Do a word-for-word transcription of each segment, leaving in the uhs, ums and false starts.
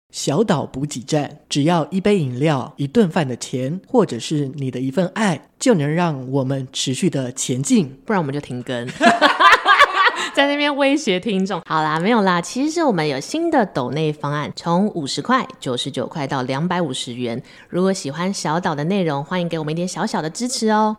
小岛补给站，只要一杯饮料、一顿饭的钱，或者是你的一份爱，就能让我们持续的前进， 不然我们就停更在那边威胁听众。好啦，没有啦，其实我们有新的抖内方案，从五十块、九十九块到两百五十元。如果喜欢小岛的内容，欢迎给我们一点小小的支持哦。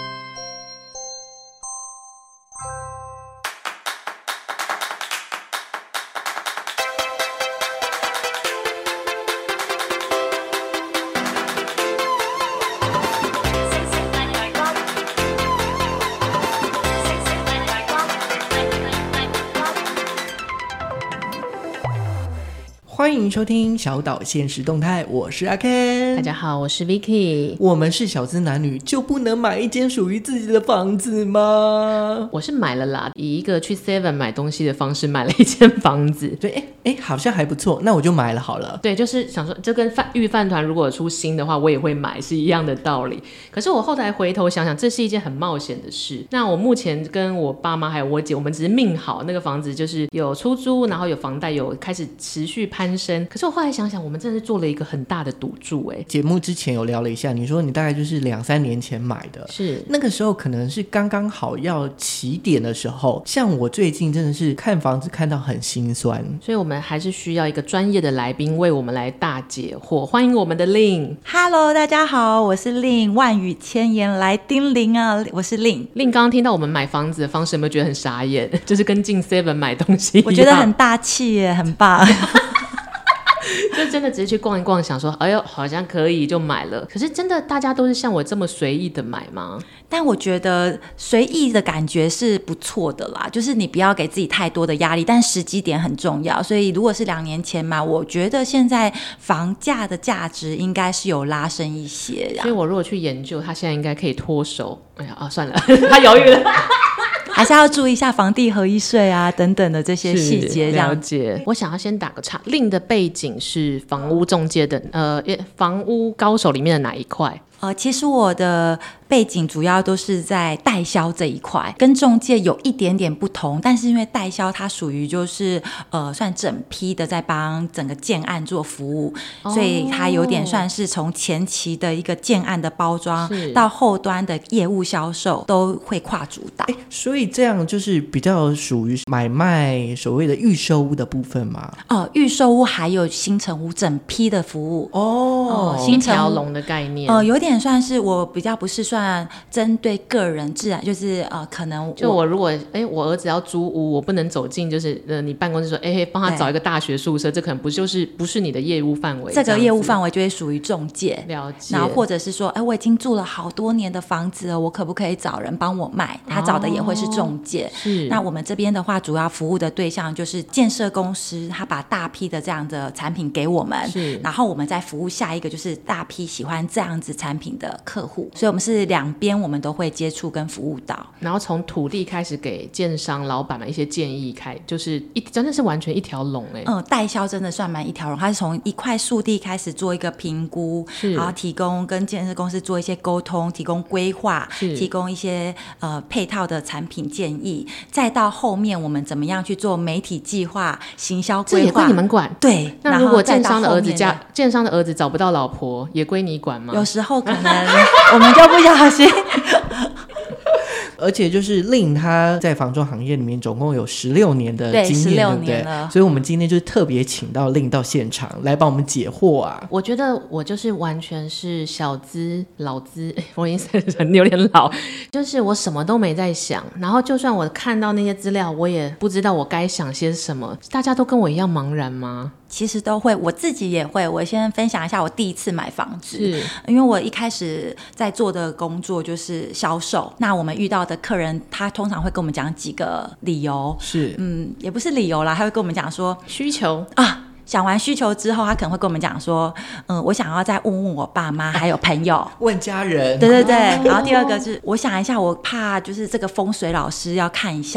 欢迎收听小岛现实动态，我是阿 Ken。 大家好，我是 Vicky。 我们是小资男女，就不能买一间属于自己的房子吗？ 我是买了啦，以一个去 seven 买东西的方式买了一间房子。 对，哎哎，好像还不错，那我就买了好了。 对，就是想说这跟饭御饭团如果出新的话我也会买，是一样的道理。可是我后来回头想想，这是一件很冒险的事。那我目前跟我爸妈还有我姐，我们只是命好，那个房子就是有出租，然后有房贷，有开始持续攀升。可是我后来想想，我们真的是做了一个很大的赌注。哎， 节目之前有聊了一下，你说你大概就是两三年前买的， 是那个时候可能是刚刚好要起点的时候。像我最近真的是看房子看到很心酸， 所以我们还是需要一个专业的来宾为我们来大解惑。欢迎我们的 Lin。 Hello， 大家好，我是 Lin， 万语千言来叮咛啊，我是 Lin。 Lin 刚刚听到我们买房子的方式，有没有觉得很傻眼？就是跟进 seven 买东西一样， 我觉得很大气耶，很棒就真的只是去逛一逛，想说哎呦好像可以就买了。可是真的大家都是像我这么随意的买吗？ 但我觉得随意的感觉是不错的啦，就是你不要给自己太多的压力，但时机点很重要。所以如果是两年前买，我觉得现在房价的价值应该是有拉升一些。 所以我如果去研究，他现在应该可以脱手。哎呀啊，算了他犹豫了还是要注意一下房地合一税啊等等的这些细节。这样了解。我想要先打个岔，Lin的背景是房屋中介的呃，房屋高手里面的哪一块？ 呃，其实我的背景主要都是在代销这一块，跟中介有一点点不同，但是因为代销它属于就是呃算整批的在帮整个建案做服务，哦，所以它有点算是从前期的一个建案的包装到后端的业务销售都会跨主导。 所以这样就是比较属于买卖所谓的预售屋的部分嘛？ 呃，预售屋还有新成屋整批的服务哦， 新条龙的概念。 呃，有点算是我比较不是算针对个人，自然就是呃，可能我就我如果哎，我儿子要租屋，我不能走进就是呃你办公室说哎，帮他找一个大学宿舍，这可能不就是不是你的业务范围。 这个业务范围就会属于中介。 了解。 然后或者是说，哎，我已经住了好多年的房子了，我可不可以找人帮我卖？他找的也会是中介。 哦，是。 那我们这边的话，主要服务的对象就是建设公司，他把大批的这样的产品给我们， 是。 然后我们再服务下一个就是大批喜欢这样子产品的客户，所以我们是两边我们都会接触跟服务到。 然后从土地开始给建商老板们一些建议，开就是一真的是完全一条龙哎。 嗯，代销真的算蛮一条龙，它是从一块树地开始做一个评估，然后提供跟建设公司做一些沟通，提供规划，提供一些呃配套的产品建议，再到后面我们怎么样去做媒体计划、行销规划， 这也归你们管？ 对。 那如果建商的儿子家建商的儿子找不到老婆，也归你管吗？ 有时候可能我们就不小心而且就是 Lin 他在房仲行业里面总共有十六年的经验，对， 十六年了。 所以我们今天就是特别请到 Lin 到现场来帮我们解惑啊。 我觉得我就是完全是小资老资，我已经人有点老，就是我什么都没在想，然后就算我看到那些资料，我也不知道我该想些什么。大家都跟我一样茫然吗？ 其实都会，我自己也会。我先分享一下我第一次买房子， 是因为我一开始在做的工作就是销售，那我们遇到的客人他通常会跟我们讲几个理由， 是嗯，也不是理由啦，他会跟我们讲说需求啊，讲完需求之后他可能会跟我们讲说嗯，我想要再问问我爸妈还有朋友问家人， 对对对、哦、然后第二个是我想一下，我怕就是这个风水老师要看一下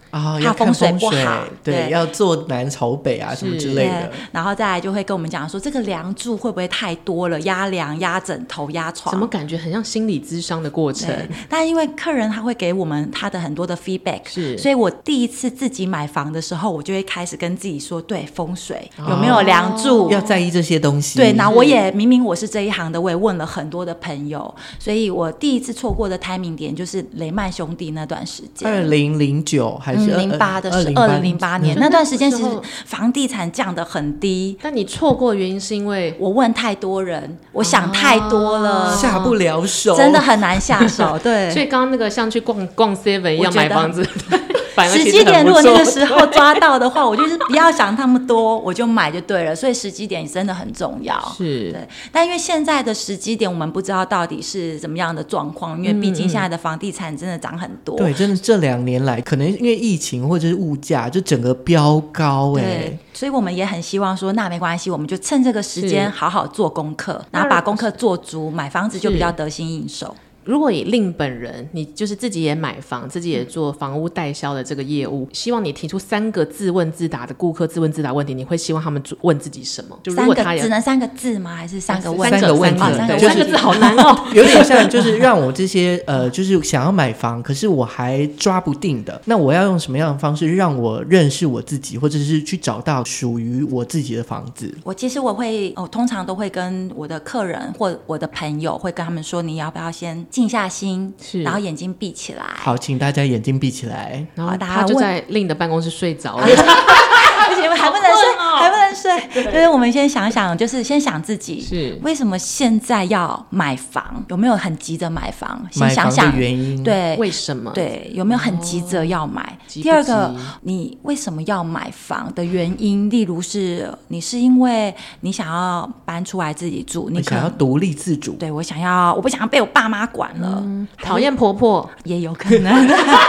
啊， 怕风水不好， 对， 对， 要坐南朝北啊什么之类的。 然后再来就会跟我们讲说，这个梁柱会不会太多了，压梁、压枕头、压床， 怎么感觉很像心理咨商的过程？ 但因为客人他会给我们他的很多的 feedback， 是， 所以我第一次自己买房的时候，我就会开始跟自己说，对，风水、哦、有没有梁柱， 要在意这些东西。 对，那我也明明我是这一行的，我也问了很多的朋友，所以我第一次错过的 timing 点就是雷曼兄弟那段时间， 二零零九还是零八、嗯、的是二零零八年、嗯、那段时间，其实房地产降得很低。 但你错过的原因是因为我问太多人，我想太多了， 啊、下不了手， 真的很难下手。对， 所以刚刚那个像去逛逛 seven 一样买房子。 时机点如果那个时候抓到的话，我就是不要想那么多，我就买就对了。所以时机点真的很重要。 是， 对。但因为现在的时机点，我们不知道到底是怎么样的状况，因为毕竟现在的房地产真的涨很多。 嗯、对，真的这两年来，可能因为疫情或者是物价，就整个飙高哎、欸。 对，所以我们也很希望说，那没关系，我们就趁这个时间好好做功课，然后把功课做足，买房子就比较得心应手。 如果以令本人，你就是自己也买房，自己也做房屋代销的这个业务，希望你提出三个自问自答的顾客自问自答问题，你会希望他们问自己什么？就如果他三个只能三个字吗？还是三个问三个问题？ 三个对， 三个字好难哦。 有点像就是让我这些呃，就是想要买房，可是我还抓不定的，那我要用什么样的方式让我认识我自己，或者是去找到属于我自己的房子？ 我其实我会，我通常都会跟我的客人或我的朋友会跟他们说，你要不要先静下心？然后眼睛闭起来。 好，请大家眼睛闭起来。 然后他就在令的办公室睡着了。 不行，还不能睡，还不能睡。就是我们先想想，就是先想自己是为什么现在要买房，有没有很急着买房？先想想买房的原因， 对， 为什么？ 对，有没有很急着要买？ 哦、 第二个，你为什么要买房的原因？例如是你是因为你想要搬出来自己住，你想要独立自主。 对，我想要，我不想要被我爸妈管了。嗯， 讨厌婆婆也有可能。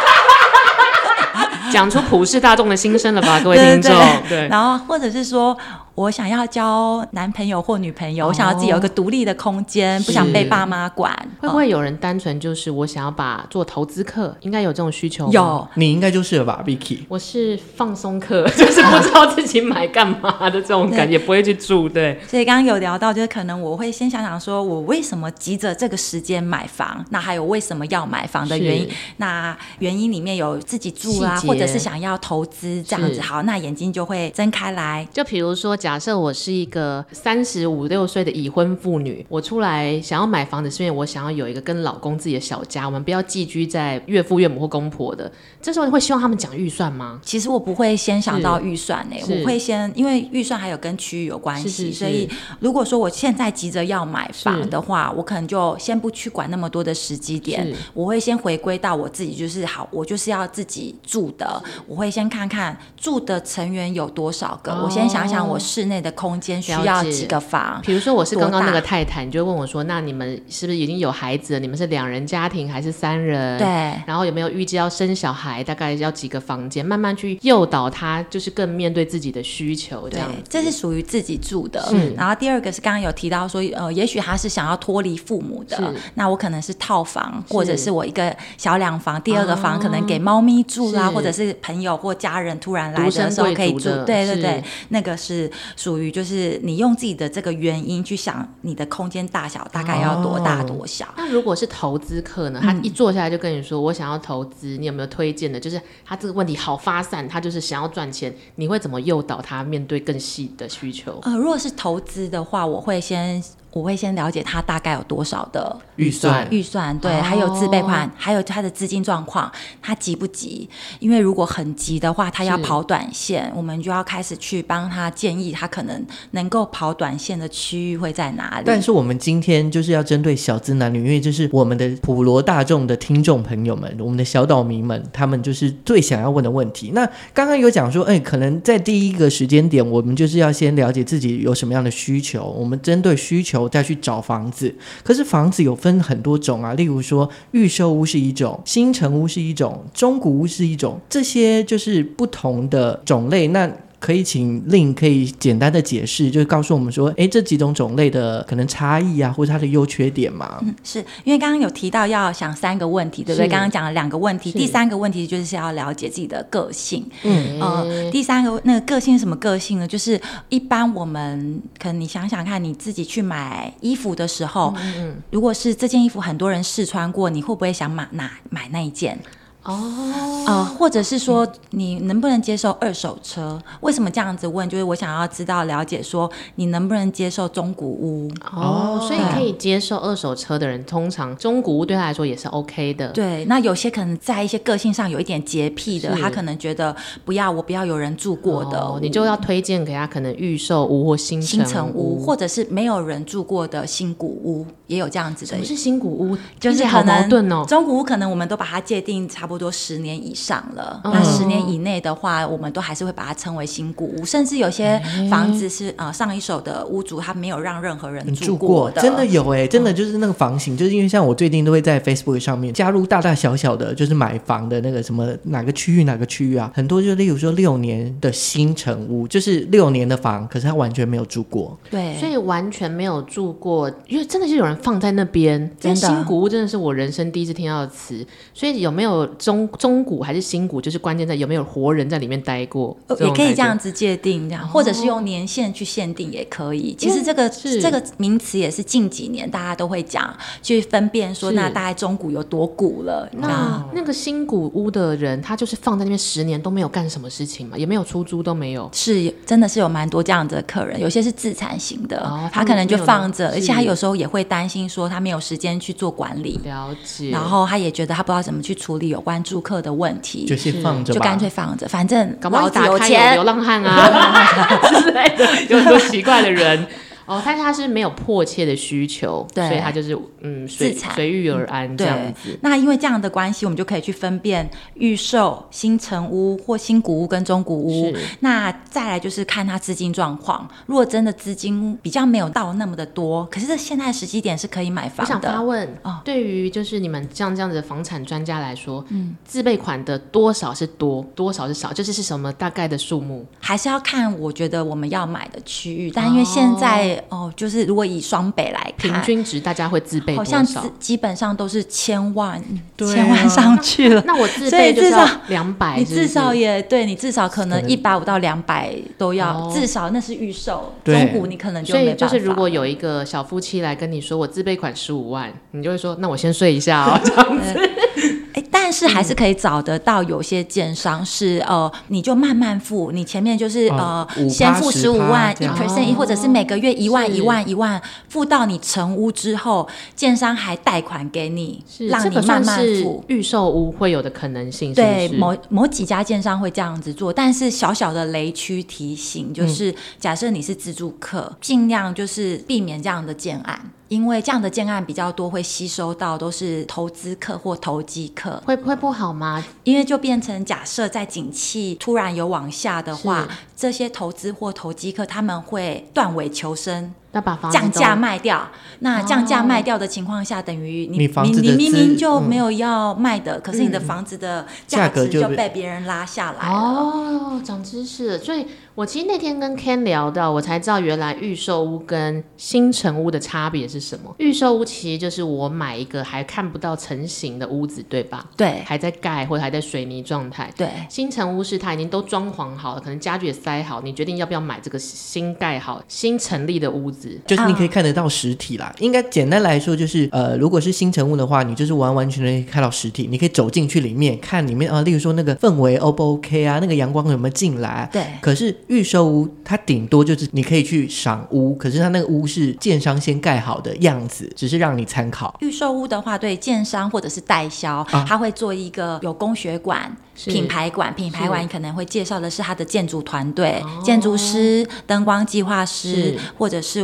讲出普世大众的心声了吧，各位听众。 对， 对， 对，然后或者是说我想要交男朋友或女朋友，哦、我想要自己有一个独立的空间，不想被爸妈管。 会不会有人单纯就是我想要把做投资客，应该有这种需求吗？ 有， 你应该就是了吧 Vicky。 我是放松客，就是不知道自己买干嘛的这种感觉，不会去住。对， 所以刚刚有聊到，就是可能我会先想想说，我为什么急着这个时间买房？那还有为什么要买房的原因？那原因里面有自己住啊，或者是想要投资这样子。好，那眼睛就会睁开来。 就比如说，假设我是一个三十五六岁的已婚妇女，我出来想要买房子，是因为我想要有一个跟老公自己的小家，我们不要寄居在岳父岳母或公婆的。这时候你会希望他们讲预算吗？ 其实我不会先想到预算欸，我会先，因为预算还有跟区域有关系，是是是，所以如果说我现在急着要买房的话，我可能就先不去管那么多的时机点，我会先回归到我自己，就是好，我就是要自己住的，我会先看看住的成员有多少个，哦、我先想想我室内的空间需要几个房。 比如说我是刚刚那个太太，你就问我说，那你们是不是已经有孩子了？你们是两人家庭还是三人？ 对， 然后有没有预计要生小孩？大概要几个房间？慢慢去诱导他，就是更面对自己的需求，这样子。 这是属于自己住的。然后第二个是刚刚有提到说，呃，也许他是想要脱离父母的，那我可能是套房，或者是我一个小两房，第二个房可能给猫咪住啦，或者是朋友或家人突然来的时候可以住。对对对，那个是属于就是你用自己的这个原因去想你的空间大小大概要多大多小。哦、 那如果是投资客呢？他一坐下来就跟你说，我想要投资，你有没有推荐的？就是他这个问题好发散，他就是想要赚钱，你会怎么诱导他面对更细的需求？ 呃，如果是投资的话，我会先。我会先了解他大概有多少的预算， 预算对、哦，还有自备款，还有他的资金状况，他急不急？因为如果很急的话，他要跑短线，我们就要开始去帮他建议，他可能能够跑短线的区域会在哪里。 但是我们今天就是要针对小资男女，因为这是我们的普罗大众的听众朋友们，我们的小岛民们，他们就是最想要问的问题。那刚刚有讲说，哎，可能在第一个时间点，我们就是要先了解自己有什么样的需求，我们针对需求再去找房子。可是房子有分很多种啊，例如说预售屋是一种，新成屋是一种，中古屋是一种，这些就是不同的种类。那可以请令可以简单的解释，就是告诉我们说，哎，这几种种类的可能差异啊，或者它的优缺点嘛？ 嗯，是因为刚刚有提到要想三个问题，对不对？刚刚讲了两个问题，第三个问题就是要了解自己的个性。嗯，呃，第三个那个个性是什么个性呢？就是一般我们可能你想想看，你自己去买衣服的时候，嗯嗯如果是这件衣服很多人试穿过，你会不会想买哪买那一件？哦，呃，或者是说你能不能接受二手车？为什么这样子问？就是我想要知道了解说你能不能接受中古屋。 哦，所以可以接受二手车的人，通常中古屋对他来说也是 OK 的。 对，那有些可能在一些个性上有一点洁癖的，他可能觉得不要，我不要有人住过的， 哦，你就要推荐给他可能预售屋或新新城屋，或者是没有人住过的新古屋，也有这样子的。 什么是新古屋？ 就是好矛盾哦。 中古屋可能我们都把它界定差不多十年以上了，嗯、那十年以内的话，我们都还是会把它称为新古屋，甚至有些房子是、呃、上一手的屋主他没有让任何人住过的。 真的有哎、欸，真的就是那个房型，就是因为像我最近都会在 Facebook 上面加入大大小小的，就是买房的那个什么哪个区域哪个区域啊，很多就例如说六年的新成屋，就是六年的房，可是他完全没有住过。 对， 所以完全没有住过，因为真的是有人放在那边。真的，新古屋真的是我人生第一次听到的词。所以有没有中中古还是新古，就是关键在有没有活人在里面待过， 也可以这样子界定，这样、哦、或者是用年限去限定也可以。其实这个这个名词也是近几年大家都会讲，去分辨说那大概中古有多古了。 那那个新古屋的人，他就是放在那边十年都没有干什么事情嘛，也没有出租都没有。 是，真的是有蛮多这样子的客人，有些是自产型的，哦、他, 他可能就放着，而且他有时候也会担心说他没有时间去做管理， 了解。 然后他也觉得他不知道怎么去处理有关住客的问题， 就是放着吧， 就干脆放着，反正老子有钱，有流浪汉啊之类的，有很多奇怪的人。哦，但是他是没有迫切的需求，对，所以他就是嗯随随遇而安这样子。 那因为这样的关系，我们就可以去分辨预售、新成屋或新古屋跟中古屋。那再来就是看他资金状况，如果真的资金比较没有到那么的多，可是现在的时机点是可以买房的。 我想发问，哦、对于就是你们像这样子的房产专家来说，嗯，自备款的多少是多，多少是少，就是是什么大概的数目？ 还是要看我觉得我们要买的区域，但因为现在。哦哦，就是如果以双北来看， 平均值大家会自备多少？ 好像基本上都是千万，啊、千万上去了。 那我自备就是要两百， 你至少也对你至少可能一百五到两百都要，哦、至少那是预售。中古你可能就没办法。 所以就是如果有一个小夫妻来跟你说我自备款十五万，你就会说那我先睡一下哦，这样子。 欸、但是还是可以找得到有些建商是、嗯、呃，你就慢慢付，你前面就是、哦、呃，先付十五万一 percent， 或者是每个月一万一万一万，付到你成屋之后，建商还贷款给你，让你慢慢付。 预售屋会有的可能性是不是？ 对，某某几家建商会这样子做，但是小小的雷区提醒就是，嗯、假设你是自住客，尽量就是避免这样的建案。因为这样的建案比较多，会吸收到都是投资客或投机客， 会会不好吗？ 因为就变成假设在景气突然有往下的话，这些投资或投机客他们会断尾求生。 要把房子降价卖掉，那降价卖掉的情况下，哦、等于你你你明明就没有要卖的，嗯、可是你的房子的价值就被别人拉下来了。 哦，长知识了。所以我其实那天跟 Ken 聊到，我才知道原来预售屋跟新成屋的差别是什么。预售屋其实就是我买一个还看不到成型的屋子，对吧？ 对， 还在盖或者还在水泥状态。 对， 新成屋是它已经都装潢好了，可能家具也塞好，你决定要不要买这个新盖好、新成立的屋子。 就是你可以看得到实体啦，应该简单来说就是呃，如果是新成屋的话，你就是完完全全看到实体，你可以走进去里面看里面啊，例如说那个氛围 O 不 OK 啊，那个阳光有没有进来？ 对。 可是预售屋它顶多就是你可以去赏屋，可是它那个屋是建商先盖好的样子，只是让你参考。 预售屋的话，对建商或者是代销，啊、他会做一个有工学馆。品牌馆，品牌馆可能会介绍的是他的建筑团队、哦、建筑师、灯光计划师，或者是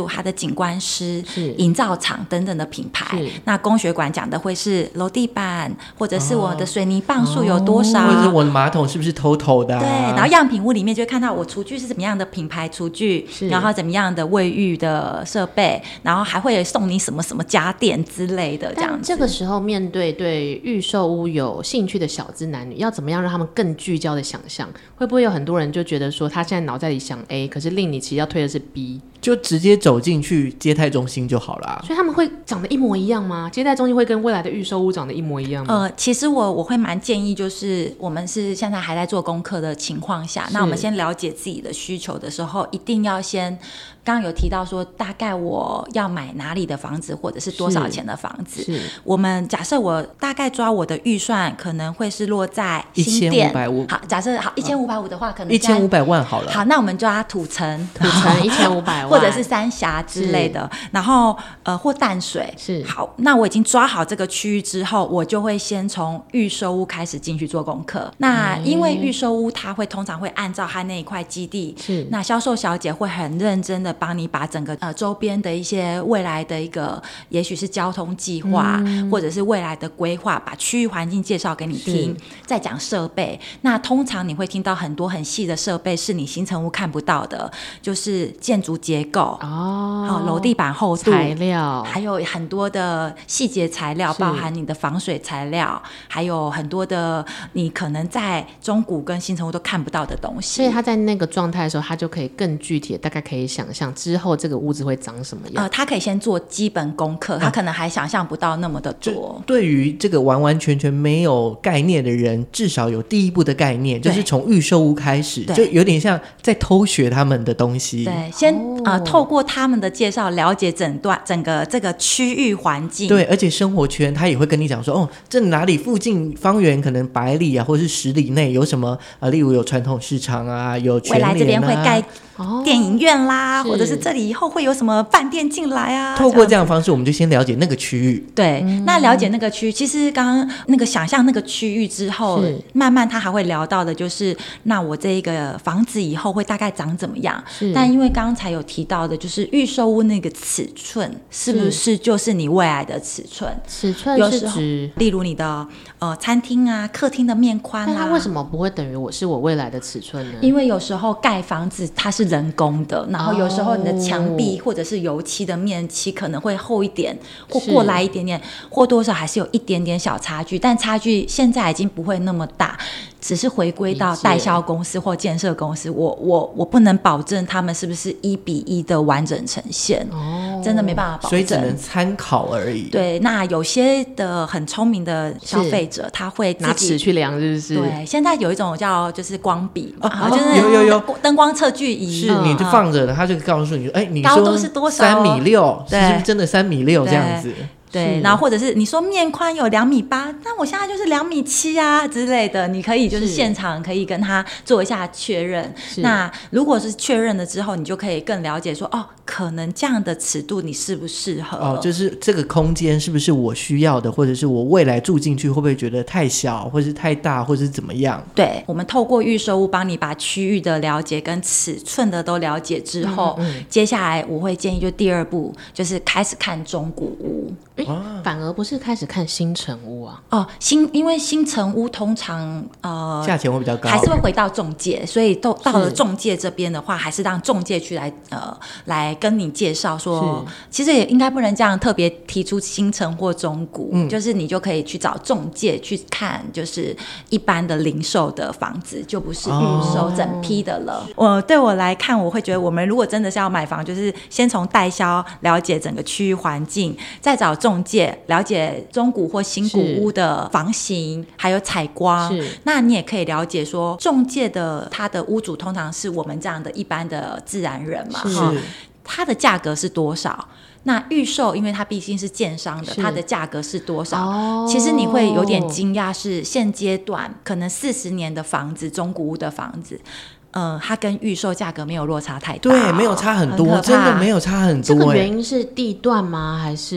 它的景观师、 是营造厂等等的品牌是。 那工学馆讲的会是楼地板，或者是我的水泥磅数有多少， 或者是我的马桶是不是偷偷的、啊、 对，然后样品屋里面就会看到我厨具是怎么样的品牌厨具，然后怎么样的卫浴的设备，然后还会送你什么什么家电之类的这样子。 但这个时候面对对预售屋有兴趣的小资男女，要怎么样让他们更聚焦的想象？会不会有很多人就觉得说他现在脑袋里想 A， 可是令你其实要推的是 B， 就直接走进去接待中心就好啦。 所以他们会长得一模一样吗？接待中心会跟未来的预售屋长得一模一样吗？ 呃，其实我我会蛮建议，就是我们是现在还在做功课的情况下，那我们先了解自己的需求的时候，一定要先。刚刚有提到说，大概我要买哪里的房子，或者是多少钱的房子。 是我们假设我大概抓我的预算，可能会是落在新店一千五百五。 好，假设好一千五百五的话，可能一千五百万好了。 好，那我们抓土城， 土城一千五百万， 或者是三峡之类的，然后呃或淡水。 是好，那我已经抓好这个区域之后，我就会先从预售屋开始进去做功课。那因为预售屋它会通常会按照它那一块基地， 是那销售小姐会很认真的帮你把整个呃周边的一些未来的一个，也许是交通计划、嗯，或者是未来的规划，把区域环境介绍给你听，再讲设备。那通常你会听到很多很细的设备是你新成屋看不到的，就是建筑结构哦， 楼地板厚度材料， 还有很多的细节材料，包含你的防水材料，还有很多的你可能在中古跟新成屋都看不到的东西。 所以他在那个状态的时候，他就可以更具体的大概可以想象之后这个屋子会长什么样。 呃，他可以先做基本功课，他可能还想象不到那么的多。 对于这个完完全全没有概念的人，至少有第一步的概念，就是从预售屋开始，就有点像在偷学他们的东西。 对，先、哦呃、透过他们的介绍了解整段整个这个区域环境。 对，而且生活圈他也会跟你讲说，哦，这哪里附近方圆可能百里啊，或者是十里内有什么啊？例如有传统市场啊，有全联啊， 未来这边会盖电影院啦， 哦、 或者是这里以后会有什么饭店进来啊。 透过这样的方式，我们就先了解那个区域。 对、嗯，那了解那个区域，其实刚刚那个想象那个区域之后，慢慢他还会聊到的就是，那我这一个房子以后会大概长怎么样？但因为刚才有提到的，就是预售屋那个尺寸是不是就是你未来的尺寸？ 尺寸是指， 例如你的呃餐厅啊、客厅的面宽啦、啊。 那它为什么不会等于我是我未来的尺寸呢？ 因为有时候盖房子它是人工的，然后有时候你的墙壁或者是油漆的面漆可能会厚一点，或过来一点点，或多少还是有一点点小差距，但差距现在已经不会那么大。只是回归到代销公司或建设公司，我我我不能保证他们是不是一比一的完整呈现，哦，真的没办法保证， 所以只能参考而已。 对，那有些的很聪明的消费者，他会自己拿尺去量，是不是？ 对，现在有一种叫就是光笔， 哦啊，就是有有有灯光测距仪， 是你就放着，他就告诉你，哎，你说高度是多少？ 三米六， 对， 是不是真的三米六这样子？ 对，然后或者是你说面宽有两米八，那我现在就是两米七啊之类的，你可以就是现场可以跟他做一下确认。那如果是确认了之后，你就可以更了解说，哦，可能这样的尺度你适不适合？ 哦，就是这个空间是不是我需要的，或者是我未来住进去会不会觉得太小，或是太大，或者是怎么样？ 对，我们透过预售屋帮你把区域的了解跟尺寸的都了解之后，嗯嗯接下来我会建议就第二步就是开始看中古屋。 欸、反而不是开始看新成屋啊？ 哦，新因为新成屋通常呃价钱会比较高， 还是会回到中介，所以都到了中介这边的话，还是让中介去来呃来跟你介绍说，其实也应该不能这样特别提出新成或中古、嗯，就是你就可以去找中介去看，就是一般的零售的房子，就不是预售整批的了。我、哦、对我来看，我会觉得我们如果真的是要买房，就是先从代销了解整个区域环境，再找中介了解中古或新古屋的房型还有采光，那你也可以了解说中介的他的屋主通常是我们这样的一般的自然人嘛，是它的价格是多少，那预售因为它毕竟是建商的，它的价格是多少、哦、其实你会有点惊讶，是现阶段可能四十年的房子，中古屋的房子呃，它跟预售价格没有落差太大， 对，没有差很多，很真的没有差很多。 这个原因是地段吗？还是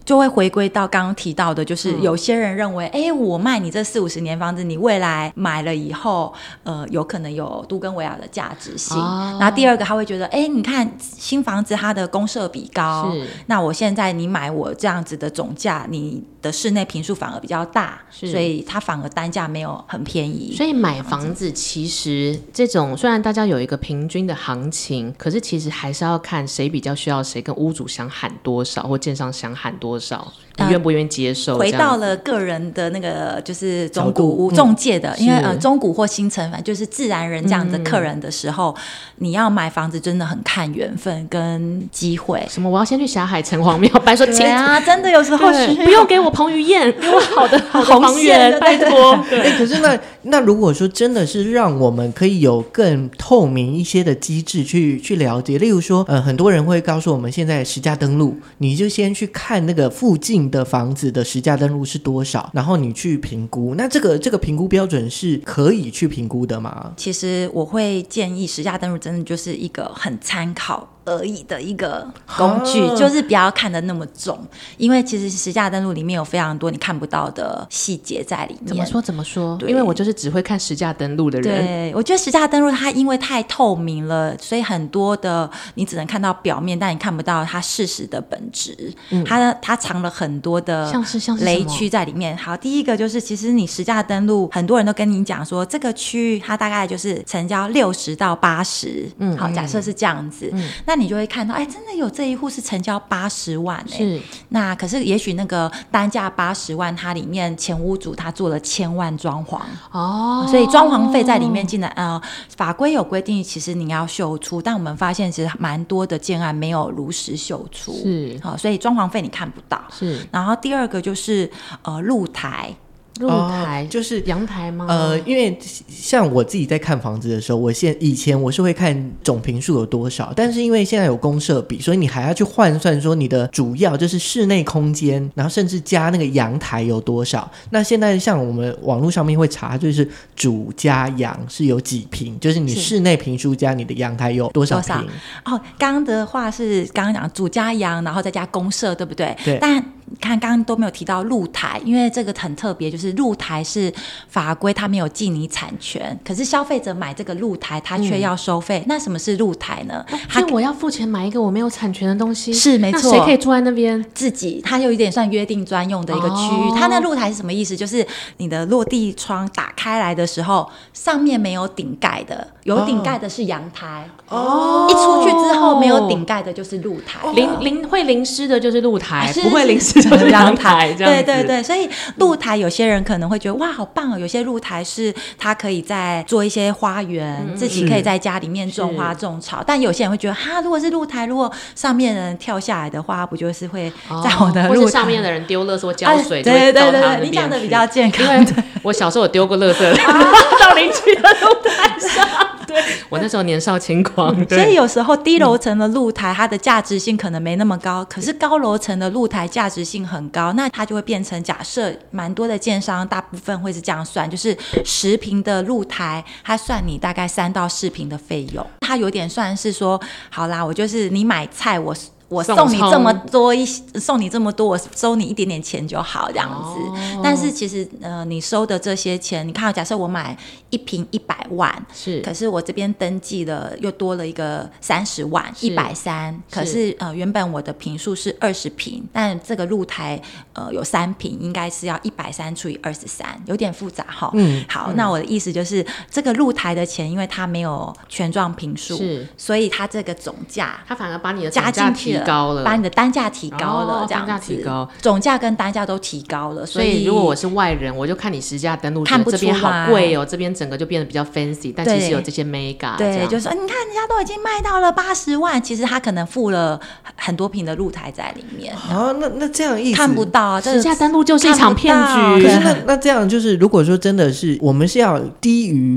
就会回归到刚刚提到的，就是有些人认为，哎、嗯，我卖你这四五十年房子，你未来买了以后，呃，有可能有都更维尔的价值性。哦、然后第二个，他会觉得，哎，你看新房子它的公设比高，那我现在你买我这样子的总价，你的室内坪数反而比较大，所以它反而单价没有很便宜。 所以买房子其实这种虽然大家有一个平均的行情，可是其实还是要看谁比较需要谁，跟屋主想喊多少或建商想喊多少，你愿不愿意接受、呃、 回到了个人的那个就是中古屋中介的、嗯、因为呃中古或新成房就是自然人这样的客人的时候、嗯、你要买房子真的很看缘分跟机会。 什么我要先去霞海城隍庙拜说对啊，真的有时候不用给我彭于晏，给我好的好的房源拜托。 欸、可是那那如果说真的是让我们可以有更透明一些的机制去去了解，例如说呃很多人会告诉我们现在实价登录，你就先去看那个附近的房子的实价登录是多少，然后你去评估，那这个这个评估标准是可以去评估的吗？ 其实我会建议实价登录真的就是一个很参考而已的一个工具、啊、就是不要看得那么重，因为其实实价登录里面有非常多你看不到的细节在里面。 怎么说怎么说？因为我就是只会看实价登录的人。 对，我觉得实价登录它因为太透明了，所以很多的你只能看到表面，但你看不到它事实的本质、嗯、它它藏了很多的像是像是雷区在里面。好，第一个就是其实你实价登录很多人都跟你讲说这个区域它大概就是成交六十到八十，嗯，好，假设是这样子，嗯，那你就会看到哎，真的有这一户是成交八十万哎， 是。 那可是也许那个单价八十万，它里面前屋主他做了千万装潢哦，所以装潢费在里面进来呃，法规有规定，其实你要秀出，但我们发现其实蛮多的建案没有如实秀出， 是， 好、哦，所以装潢费你看不到， 是。 然后第二个就是呃露台。 露台、 哦、就是阳台吗？ 呃，因为像我自己在看房子的时候，我现以前我是会看总坪数有多少，但是因为现在有公设比，所以你还要去换算说你的主要就是室内空间，然后甚至加那个阳台有多少。那现在像我们网络上面会查，就是主加阳是有几坪，就是你室内坪数加你的阳台有多少坪。 哦，刚刚的话是刚刚讲主加阳，然后再加公设，对不对？ 对。 但看刚刚都没有提到露台，因为这个很特别，就是露台是法规它没有记你产权，可是消费者买这个露台他却要收费、嗯、那什么是露台呢？ 所以我要付钱买一个我没有产权的东西？ 是没错。 那谁可以住在那边？ 自己，它有一点算约定专用的一个区域、哦、它那露台是什么意思？就是你的落地窗打开来的时候，上面没有顶盖的，有顶盖的是阳台哦，一出去之后没有顶盖的就是露台、哦、 淋淋会淋湿的就是露台、 啊、 不会淋湿就是阳台这样子。 对对对，所以露台有些人可能会觉得哇好棒哦，有些露台是它可以在做一些花园、嗯、自己可以在家里面种花种草，但有些人会觉得哈，如果是露台，如果上面的人跳下来的话，不就是会在我的露台、哦、 或是上面的人丢垃圾或浇水、啊、就会到他那边去。对对对， 你讲的比较健康的。 我小时候有丢过垃圾到邻居的露台上，对，我那时候年少轻狂。 所以有时候低楼层的露台它的价值性可能没那么高、嗯、可是高楼层的露台价值性很高，那它就会变成假设蛮多的建商大部分会是这样算，就是十坪的露台它算你大概三到四坪的费用，它有点算是说好啦，我就是你买菜我我送你这么多一送你这么多，我收你一点点钱就好这样子、哦、但是其实呃，你收的这些钱，你看假设我买一坪一百万， 是， 可是我这边登记了又多了一个三十万，一百三，可是呃原本我的坪数是二十坪，但这个露台呃有三坪，应该是要一百三除以二十三，有点复杂哈。嗯，好、嗯，那我的意思就是这个露台的钱，因为它没有权状坪数，是，所以它这个总价， 它反而把你的总价提高了， 把你的单价提高了，这样子，单价提高，总价跟单价都提高了。 所以，所以如果我是外人，我就看你实价登录，看不出来这边好贵哦，这边整个就变得比较 fancy， 但其实有这些 mega， 对，就是说你看人家都已经卖到了八十万，其实他可能付了很多坪的露台在里面。 啊，那那这样意思看不到啊， 实价登录就是一场骗局。 可是那那这样就是，如果说真的是我们是要低于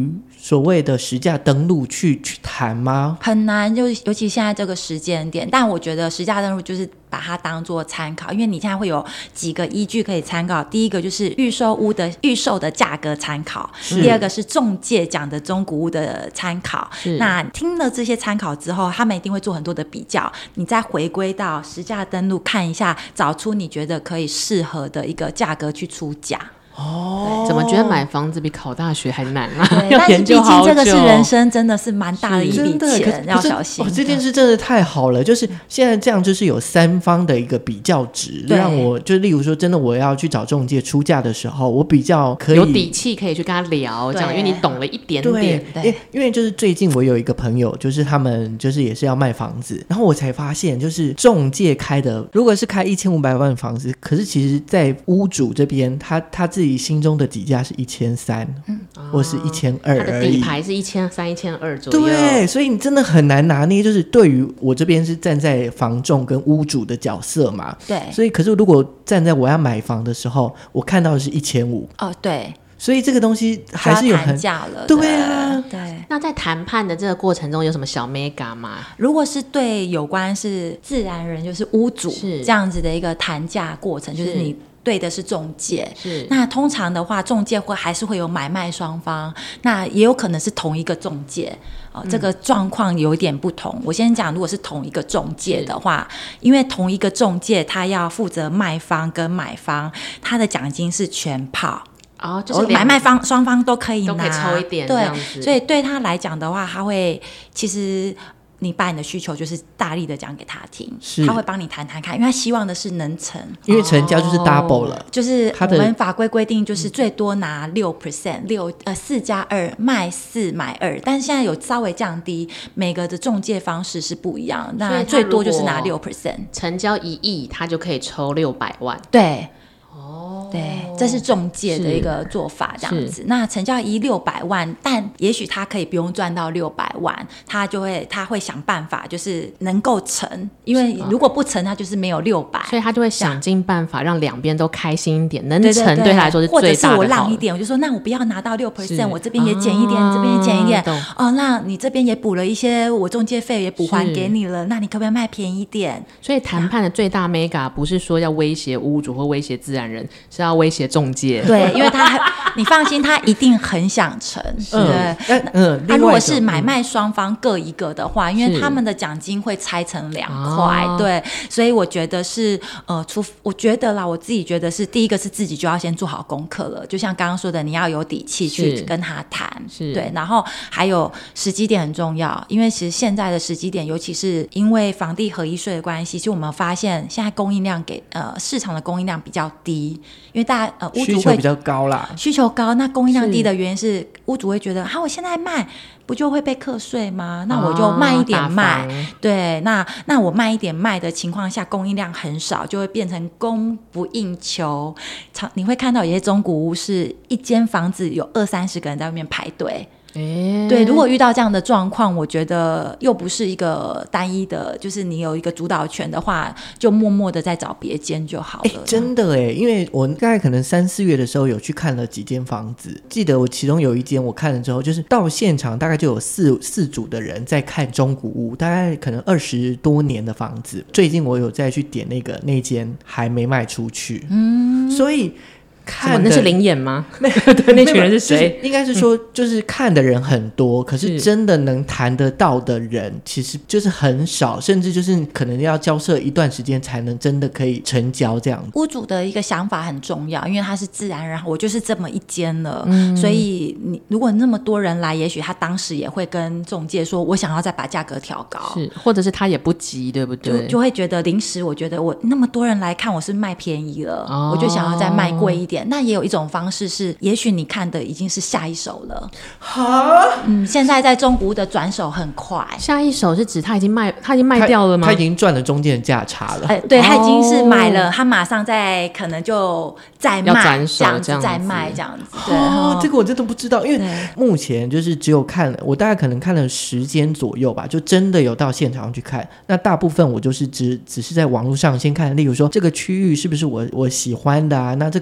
所谓的实价登录去去谈吗？ 很难，就尤其现在这个时间点。但我觉得实价登录就是把它当做参考，因为你现在会有几个依据可以参考。第一个就是预售屋的预售的价格参考，第二个是仲介讲的中古屋的参考。那听了这些参考之后，他们一定会做很多的比较，你再回归到实价登录看一下，找出你觉得可以适合的一个价格去出价。 哦， 怎么觉得买房子比考大学还难啊？ 要研究好久，但是毕竟这个是人生，真的是蛮大的一笔钱，要小心。 哦，这件事真的太好了，就是现在这样，就是有三方的一个比较值，让我就例如说，真的我要去找仲介出价的时候，我比较可以有底气，可以去跟他聊，这样，因为你懂了一点点。 对，对，因为就是最近我有一个朋友，就是他们就是也是要卖房子，然后我才发现，就是仲介开的，如果是开一千五百万房子，可是其实在屋主这边，他他自己自己心中的底价是一千三，或是一千二而已， 他的底牌是一千三、一千二左右。 对，所以你真的很难拿捏。就是对于我这边是站在房仲跟屋主的角色嘛， 对。 所以，可是如果站在我要买房的时候，我看到的是一千五， 哦，对。 所以这个东西还是有很谈价了， 对啊， 对。 那在谈判的这个过程中，有什么小 mega 吗？ 如果是对有关是自然人，就是屋主这样子的一个谈价过程，就是你对的是仲介， 是那通常的话，仲介会还是会有买卖双方，那也有可能是同一个仲介。哦，这个状况有一点不同。我先讲，如果是同一个仲介的话，因为同一个仲介他要负责卖方跟买方，他的奖金是全泡。 哦，就是买卖方双方都可以拿， 都可以抽一点， 对， 这样子。 所以对他来讲的话，他会其实你把你的需求就是大力的讲给他听，他会帮你谈谈看，因为他希望的是能成， 因为成交就是 double 了， 哦、就是我们法规规定就是最多拿六 percent， 六呃四加二卖四买二，但是现在有稍微降低，每个的中介方式是不一样，那最多就是拿六 percent， 成交一亿他就可以抽六百万， 对。对，这是仲介的一个做法，这样子。那成交一六百万，但也许他可以不用赚到六百万，他就会他会想办法，就是能够成，因为如果不成，他就是没有六百， 所以他就会想尽办法让两边都开心一点，能成对他来说是最大的好。 或者是我让一点，我就说那我不要拿到六 percent， 我这边也减一点，啊、这边也减一点。哦，那你这边也补了一些，我中介费也补还给你了，那你可不可以卖便宜一点？ 所以谈判的最大 mega 不是说要威胁屋主或威胁自然人，是要威胁仲介。 对，因为他你放心，他一定很想成。 嗯，嗯， 他如果是买卖双方各一个的话，因为他们的奖金会拆成两块，哦，对，所以我觉得是呃，除我觉得啦，我自己觉得是第一个是自己就要先做好功课了，就像刚刚说的，你要有底气去跟他谈，对，然后还有时机点很重要，因为其实现在的时机点，尤其是因为房地合一税的关系，其实我们发现现在供应量给呃市场的供应量比较低，因为大家呃屋主会需求比较高啦， 需求高，那供应量低的原因是屋主会觉得，哈，我现在卖不就会被课税吗？那我就慢一点卖，哦，对，那那我慢一点卖的情况下，供应量很少，就会变成供不应求。你会看到有些中古屋是一间房子有二三十个人在外面排队。欸，对，如果遇到这样的状况，我觉得又不是一个单一的，就是你有一个主导权的话，就默默的再找别间就好了。欸， 真的哎，因为我大概可能三四月的时候有去看了几间房子，记得我其中有一间我看了之后，就是到现场大概就有四四组的人在看中古屋，大概可能二十多年的房子。最近我有再去点那个那间还没卖出去，嗯，所以。看那是灵眼吗？对，那群人是谁？ 就是，应该是说，就是看的人很多，嗯，可是真的能谈得到的人，其实就是很少，甚至就是可能要交涉一段时间才能真的可以成交这样子。 屋主的一个想法很重要，因为他是自然人，我就是这么一间了，嗯，所以你如果那么多人来，也许他当时也会跟仲介说，我想要再把价格调高， 是，或者是他也不急，对不对？ 就, 就会觉得临时，我觉得我那么多人来看，我是卖便宜了，哦，我就想要再卖贵一点。那也有一种方式是，也许你看的已经是下一手了。嗯，现在在中古屋的转手很快。 下一手是指他已经卖，他已经卖掉了吗？ 他, 他已经赚了中间的价差了。 哎，对，他已经是买了，哦，他马上再可能就再卖， 要转手这样子再卖这样子。对， 哦，这个我真的不知道，因为目前就是只有看了，我大概可能看了十间左右吧，就真的有到现场去看。那大部分我就是只只是在网络上先看，例如说这个区域是不是我我喜欢的啊？那这个空间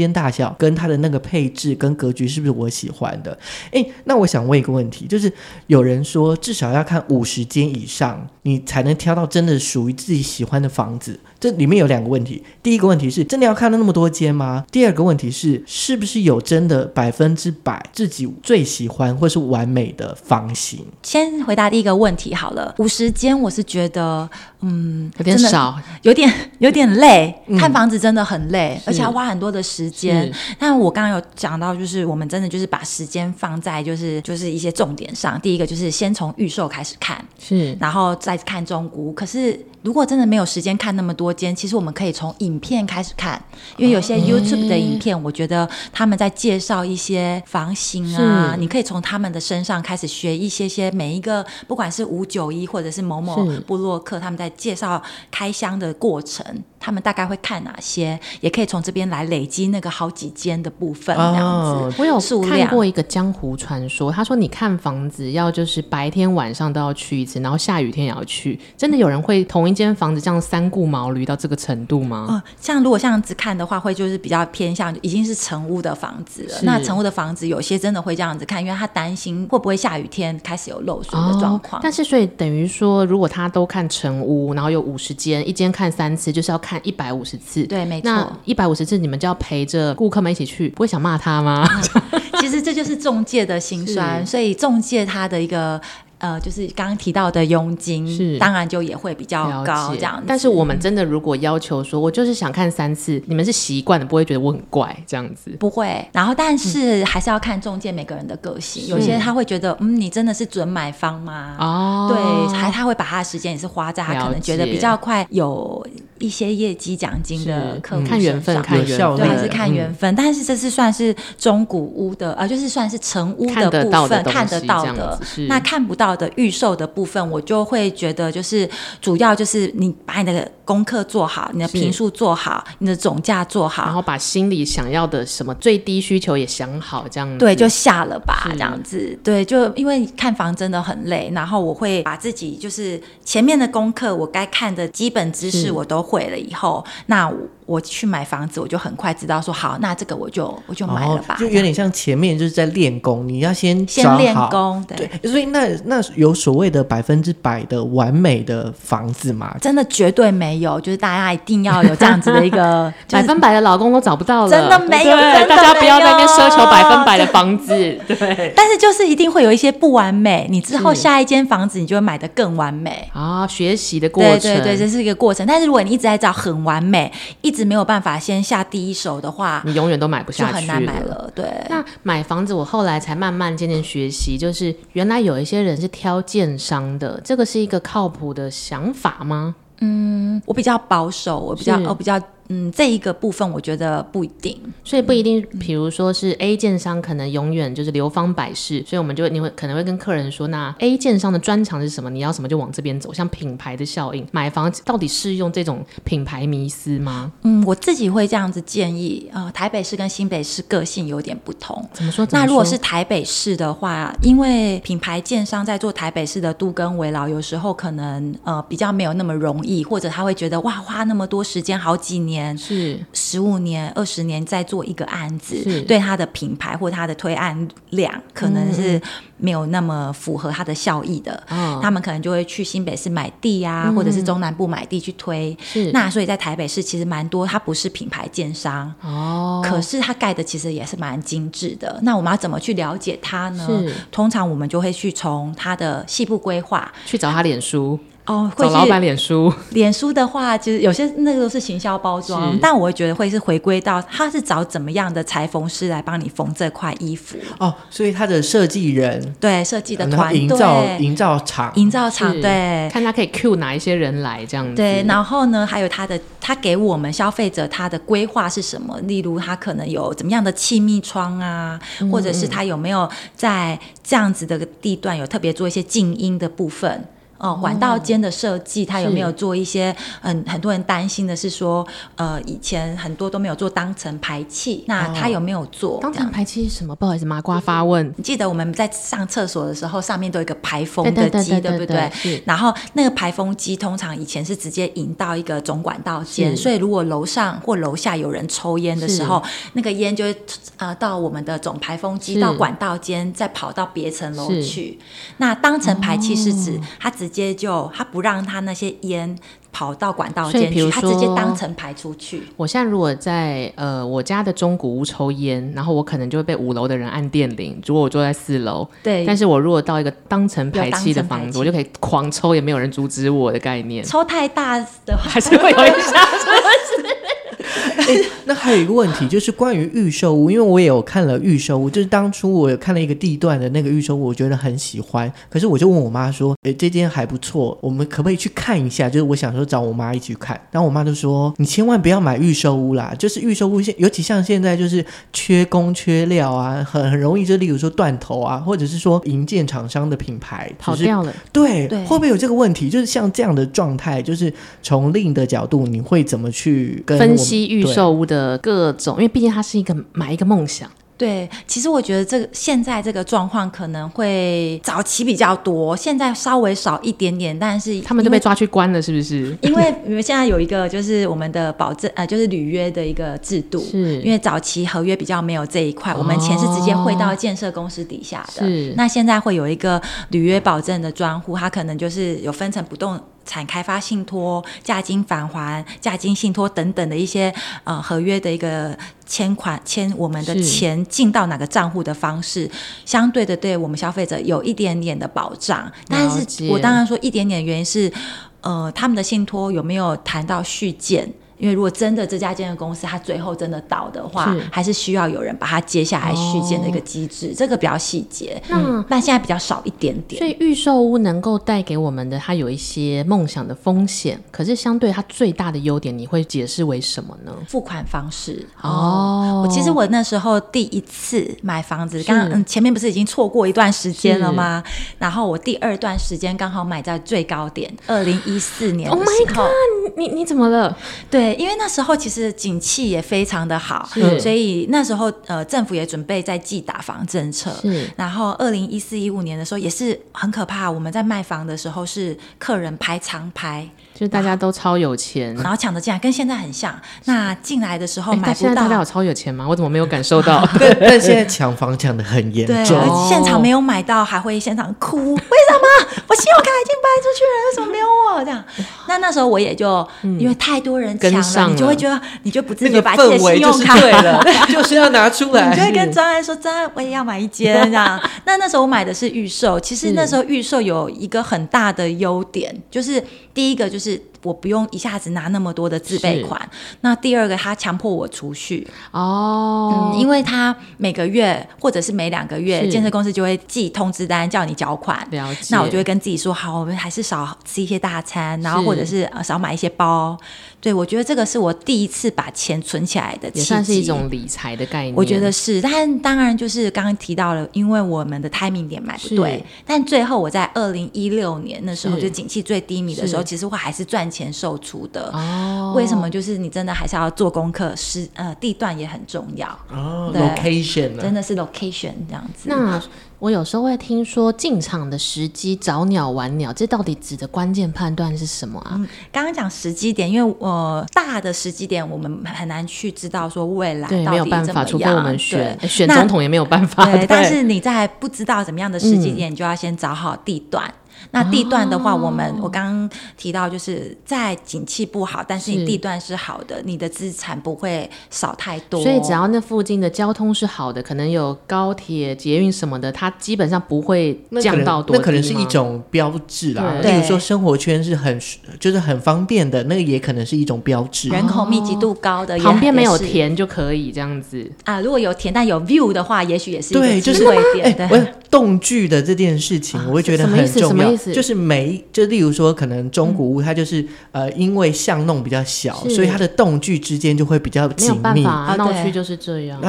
间大小跟它的那个配置跟格局是不是我喜欢的。哎，那我想问一个问题，就是有人说至少要看五十间以上你才能挑到真的属于自己喜欢的房子，这里面有两个问题。第一个问题是真的要看到那么多间吗？第二个问题是是不是有真的百分之百自己最喜欢或是完美的房型。 先回答第一个问题好了，五十间我是觉得嗯有点少， 有点有点累、嗯、看房子真的很累，而且要花很多的时间。但我刚刚有讲到，就是我们真的就是把时间放在就是就是一些重点上。第一个就是先从预售开始看， 是， 然后再看中估。可是如果真的没有时间看那么多间，其实我们可以从影片开始看，因为有些 YouTube 的影片，我觉得他们在介绍一些房型啊，你可以从他们的身上开始学一些些每一个，不管是五九一或者是某某部落客，他们在介绍开箱的过程，他们大概会看哪些，也可以从这边来累积那个好几间的部分，这样子。哦、 我有看过一个江湖传说，他说你看房子要就是白天晚上都要去一次，然后下雨天也要去。真的有人会同一间房子这样三顾茅庐到这个程度吗？ 呃、像如果这样子看的话，会就是比较偏向已经是成屋的房子了。那成屋的房子有些真的会这样子看，因为他担心会不会下雨天开始有漏水的状况、哦。 但是所以等于说，如果他都看成屋，然后有五十间，一间看三次，就是要看一百五十次。 对，没错。 那一百五十次，你们就要陪着顾客们一起去，不会想骂他吗？ 嗯、其实这就是仲介的辛酸，所以仲介他的一个。呃，就是刚刚提到的佣金，是当然就也会比较高这样子。 但是我们真的如果要求说，我就是想看三次，你们是习惯的，不会觉得我很怪这样子？ 不会。然后，但是还是要看仲介每个人的个性，有些他会觉得，嗯，你真的是准买方吗？哦，对，还他会把他的时间也是花在他可能觉得比较快有一些业绩奖金的客户、嗯、 看缘分，看缘分， 对，还是看缘分、嗯。但是这是算是中古屋的，呃，就是算是成屋的部分，看得到的。那看不到的预售的部分，我就会觉得就是主要就是你把你的功课做好，你的坪数做好，你的总价做好， 然后把心里想要的什么最低需求也想好，这样子对，就下了吧，这样子对，就因为看房真的很累，然后我会把自己就是前面的功课，我该看的基本知识我都会了以后，那我我去买房子，我就很快知道说好，那这个我就我就买了吧、哦， 就有点像前面就是在练功，你要先先练功，对， 对，所以那那有所谓的百分之百的完美的房子吗？ 真的绝对没有，就是大家一定要有这样子的一个百分百的老公都找不到了， 真的没有，真的大家不要在那边奢求百分百的房子，对。 但是就是一定会有一些不完美，你之后下一间房子你就会买得更完美啊，学习的过程， 对对对，这是一个过程。但是如果你一直在找很完美，一直没有办法先下第一手的话， 你永远都买不下去， 就很难买了。对， 那买房子我后来才慢慢渐渐学习，就是原来有一些人是挑建商的，这个是一个靠谱的想法吗？ 嗯，我比较保守，我比较我比较嗯，这一个部分我觉得不一定， 所以不一定。比如说是 A 建商可能永远就是流芳百世，所以我们就你会可能会跟客人说，那 A 建商的专长是什么？你要什么就往这边走，像品牌的效应，买房到底适用这种品牌迷思吗？ 嗯，我自己会这样子建议。呃，台北市跟新北市个性有点不同。 怎么说？怎么说？ 那如果是台北市的话，因为品牌建商在做台北市的都更危老，有时候可能呃比较没有那么容易，或者他会觉得哇，花那么多时间，好几年。 是十五年、二十年在做一个案子，对他的品牌或他的推案量可能是没有那么符合他的效益的。嗯、他们可能就会去新北市买地啊，嗯、或者是中南部买地去推。是那所以在台北市其实蛮多，它不是品牌建商哦，可是它盖的其实也是蛮精致的。那我们要怎么去了解它呢？通常我们就会去从它的细部规划去找他脸书。 哦， 找老板脸书， 脸书的话，其实有些那个都是行销包装，但我会觉得会是回归到他是找怎么样的裁缝师来帮你缝这块衣服哦，所以他的设计人对设计的团队、 营造营造厂、 营造厂对， 看他可以 Q 哪一些人来这样子。 对，然后呢，还有他的他给我们消费者他的规划是什么？例如他可能有怎么样的气密窗啊，嗯、或者是他有没有在这样子的地段有特别做一些静音的部分。 呃管道间的设计，它有没有做一些嗯很多人担心的是说呃以前很多都没有做当层排气，那它有没有做？ 哦、当层排气是什么？不好意思，麻瓜发问。 你记得我们在上厕所的时候，上面都有一个排风的机，对不对？ 对， 然后那个排风机通常以前是直接引到一个总管道间，所以如果楼上或楼下有人抽烟的时候，那个烟就会呃到我们的总排风机到管道间，再跑到别层楼去。那当层排气是指、哦、它直接就它不让它那些烟跑到管道间去，它直接当层排出去。 我现在如果在呃我家的中古屋抽烟，然后我可能就会被五楼的人按电铃，如果我坐在四楼， 对。 但是我如果到一个当层排气的房子，我就可以狂抽，也没有人阻止我的概念。 抽太大的话， 还是会有影响，是不是？ 欸、那还有一个问题就是关于预售屋，因为我也有看了预售屋，就是当初我有看了一个地段的那个预售屋，我觉得很喜欢，可是我就问我妈说欸，这间还不错，我们可不可以去看一下，就是我想说找我妈一起去看，然后我妈就说你千万不要买预售屋啦，就是预售屋尤其像现在就是缺工缺料啊，很很容易就例如说断头啊，或者是说营建厂商的品牌跑掉了， 对，对，会不会有这个问题？就是像这样的状态，就是从另的角度你会怎么去跟分析预售屋的各种，因为毕竟它是一个买一个梦想。 对，其实我觉得这个现在这个状况可能会早期比较多，现在稍微少一点点，但是他们都被抓去关了，是不是？ 因为因为现在有一个就是我们的保证呃，就是履约的一个制度， 是因为早期合约比较没有这一块，哦、我们钱是直接汇到建设公司底下的。 是， 那现在会有一个履约保证的专户，它可能就是有分成不动产开发信托、价金返还、价金信托等等的一些呃合约的一个签款签我们的钱进到哪个账户的方式，相对的对我们消费者有一点点的保障。但是我当然说一点点的原因是呃他们的信托有没有谈到续建，因为如果真的这家建设公司它最后真的倒的话，还是需要有人把它接下来续建的一个机制、哦、这个比较细节、嗯、但现在比较少一点点。 所以预售屋能够带给我们的它有一些梦想的风险，可是相对它最大的优点你会解释为什么呢？ 付款方式哦。 我其实我那时候第一次买房子刚刚、嗯、前面不是已经错过一段时间了吗？然后我第二段时间刚好买在最高点二零一四年的时候。 Oh my god 你, 你怎么了？ 对，因为那时候其实景气也非常的好，所以那时候呃政府也准备在季打房政策，然后二零一四一五年的时候也是很可怕，我们在卖房的时候是客人排长排， 就是大家都超有钱， 然后抢着进来，跟现在很像。那进来的时候买不到， 现在大家有超有钱吗？我怎么没有感受到？ 但, 但现在抢房抢得很严重， 对、哦，现场没有买到还会现场哭，为什么我信用卡已经掰出去了，为什么没有我？这样，那那时候我也就、嗯、因为太多人抢 了, 了，你就会觉得你就不自觉把自己的信用卡、 那个、对了，就是要拿出来， 你就会跟专案说，专案我也要买一间这样。那那时候我买的是预售，其实那时候预售有一个很大的优点，就是第一个就是我不用一下子拿那么多的自备款，那第二个他强迫我储蓄哦、 嗯，因为他每个月或者是每两个月建设公司就会寄通知单叫你缴款， 了解。 那我就会跟自己说好，我们还是少吃一些大餐，然后或者是、呃、少买一些包。对，我觉得这个是我第一次把钱存起来的契机， 也算是一种理财的概念。 我觉得是，但当然就是刚刚提到了，因为我们的 timing 点买不对，但最后我在二零一六年那时候就景气最低迷的时候，其实我还是赚钱售出的。哦，为什么？就是你真的还是要做功课，是呃地段也很重要哦 ，location 真的是 location 这样子。 那我有时候会听说进场的时机早鸟晚鸟，这到底指的关键判断是什么啊？嗯、 刚刚讲时机点，因为呃大的时机点我们很难去知道说未来到底怎么样， 对，没有办法，除非我们选选总统也没有办法。 对，对但是你在不知道怎么样的时机点，嗯、你就要先找好地段。那地段的话，我们、哦、我刚刚提到就是在景气不好，但是你地段是好的，你的资产不会少太多。 所以只要那附近的交通是好的，可能有高铁、捷运什么的，它基本上不会降到多低吗？ 那可能是一种标志啦。例如说生活圈是很就是很方便的，那个也可能是一种标志。 人口密集度高的也， 旁边没有田就可以这样子啊。如果有田但有 view 的话，也许也是一个机会点。 对，就是动距的这件事情，我会觉得很重要。就是每就例如说可能中古屋它就是、嗯、呃因为巷弄比较小，所以它的栋距之间就会比较紧密， 没有办法、啊、闹区就是这样。 那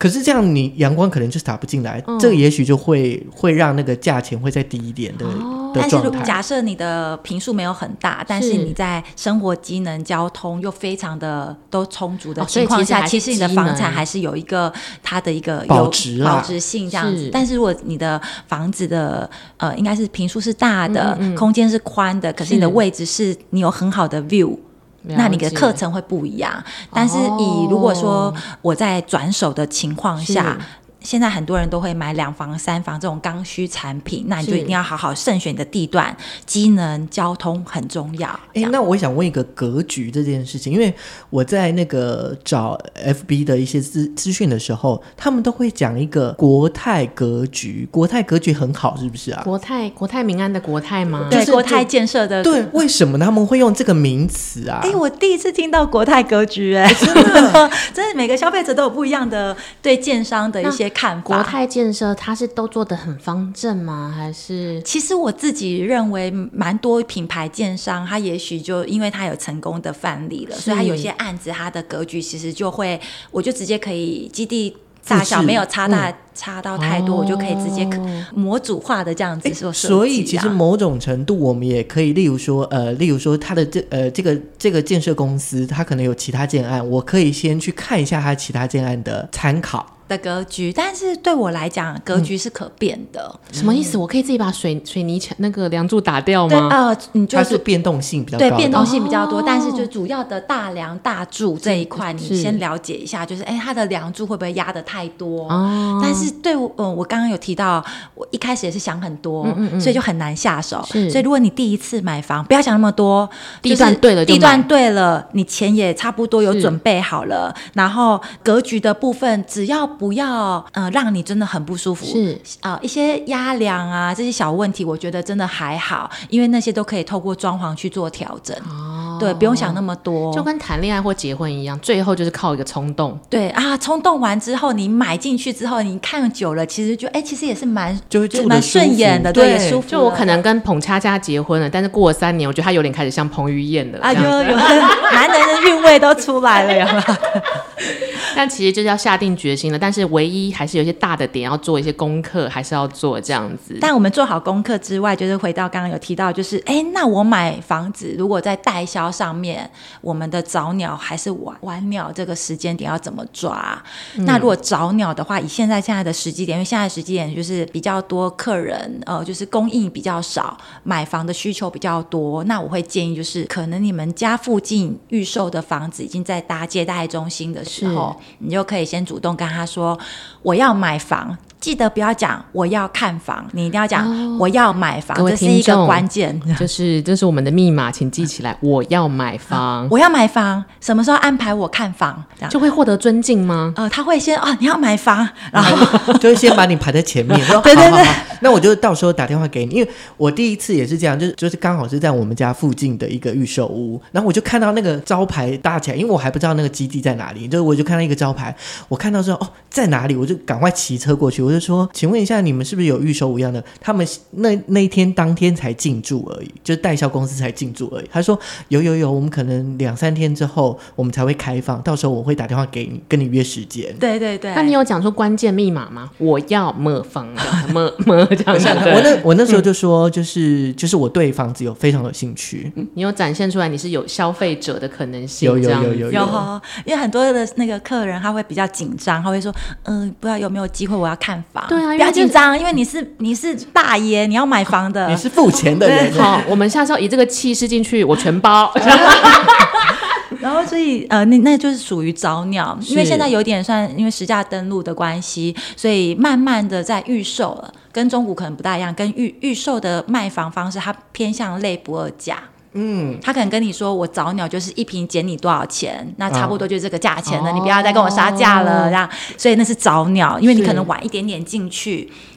可是这样你阳光可能就打不进来，嗯、这个也许就会会让那个价钱会再低一点的、哦、的状态。 但是假设你的坪数没有很大，但是你在生活机能、交通又非常的都充足的情况下，哦、其, 实其实你的房产还是有一个它的一个保值、啊、 保值性这样子。但是如果你的房子的呃应该是坪数是大的，嗯嗯空间是宽的，可是你的位置是你有很好的 view。那你的课程会不一样，但是以如果说我在转手的情况下，现在很多人都会买两房三房这种刚需产品，那你就一定要好好慎选你的地段，机能交通很重要。 欸、那我想问一个格局这件事情，因为我在那个找 F B 的一些资资讯的时候，他们都会讲一个国泰格局，国泰格局很好是不是啊？ 国泰国泰民安的国泰吗？ 对，国泰建设的。 对，为什么他们会用这个名词啊？ 哎、欸，我第一次听到国泰格局、欸，哎、欸，真的，真的每个消费者都有不一样的对建商的一些看法。 国泰建设它是都做得很方正吗？还是其实我自己认为蛮多品牌建商他也许就因为他有成功的范例了，所以他有些案子他的格局其实就会我就直接可以基地大小没有差大、嗯、差到太多、哦、我就可以直接模组化的这样子做设计、啊、 所以其实某种程度我们也可以例如说呃，例如说他的这呃这个这个建设公司他可能有其他建案，我可以先去看一下他其他建案的参考的格局，但是对我来讲格局是可变的、 嗯、什么意思？我可以自己把水水泥墙那个梁柱打掉吗？ 对呃，你就它是变动性比较高的， 对，变动性比较多、哦、但是就主要的大梁大柱这一块你先了解一下，就是哎，它的梁柱会不会压得太多、哦、但是对我、呃、我刚刚有提到我一开始也是想很多、嗯嗯嗯，所以就很难下手。所以如果你第一次买房不要想那么多， 地段对了就买， 地段对了，你钱也差不多有准备好了，然后格局的部分只要不要呃让你真的很不舒服， 是啊、呃、一些压梁啊这些小问题，我觉得真的还好，因为那些都可以透过装潢去做调整。哦，对，不用想那么多， 就跟谈恋爱或结婚一样，最后就是靠一个冲动。 对啊，冲动完之后，你买进去之后，你看久了，其实就哎，其实也是蛮就会住得蛮顺眼的，对，也舒服。 就我可能跟彭恰恰结婚了，但是过了三年，我觉得他有点开始像彭于晏了。 啊，有有男人的韵味都出来了，有没有？ 但其实就是要下定决心了，但是唯一还是有一些大的点要做一些功课，还是要做这样子。 但我们做好功课之外，就是回到刚刚有提到，就是哎，那我买房子如果在代销上面，我们的早鸟还是晚晚鸟这个时间点要怎么抓？嗯、那如果早鸟的话，以现在现在的时机点，因为现在的时机点就是比较多客人，呃，就是供应比较少，买房的需求比较多，那我会建议就是可能你们家附近预售的房子已经在搭接待中心的时候，你就可以先主动跟他说我要买房，记得不要讲我要看房，你一定要讲、哦、我要买房，这是一个关键， 就是这是我们的密码，请记起来，我要买房、啊、 我要买房，什么时候安排我看房，这样就会获得尊敬吗？ 呃，他会先哦，你要买房，然后就会先把你排在前面说对对对，好好好，那我就到时候打电话给你，因为我第一次也是这样，就是就是刚好是在我们家附近的一个预售屋，然后我就看到那个招牌搭起来，因为我还不知道那个基地在哪里，就是我就看到一个招牌，我看到之后哦在哪里，我就赶快骑车过去，我就说请问一下你们是不是有预售屋一样的？他们那那一天当天才进驻而已，就是代销公司才进驻而已。他说有有有，我们可能两三天之后我们才会开放，到时候我会打电话给你，跟你约时间。 对对对。 那你有讲出关键密码吗？我要么房么么这样子。 我那我那时候就说，就是、嗯、就是我对房子有非常有兴趣。 嗯、你有展现出来你是有消费者的可能性， 有有有有 有, 有, 有，因为很多的那个客人他会比较紧张，他会说，嗯、呃，不知道有没有机会我要看房。 对啊， 不要紧张，因为你是你是大爷，你要买房的， 你是付钱的人。 好，我们下次要以这个气势进去，我全包。 然后所以呃，那那就是属于早鸟，因为现在有点算因为实价登录的关系，所以慢慢的在预售了，跟中古可能不大一样，跟预预售的卖房方式，它偏向类不二价。嗯，他可能跟你说我早鸟就是一坪减你多少钱，那差不多就这个价钱了、哦、你不要再跟我杀价了、哦、这样，所以那是早鸟，因为你可能晚一点点进去，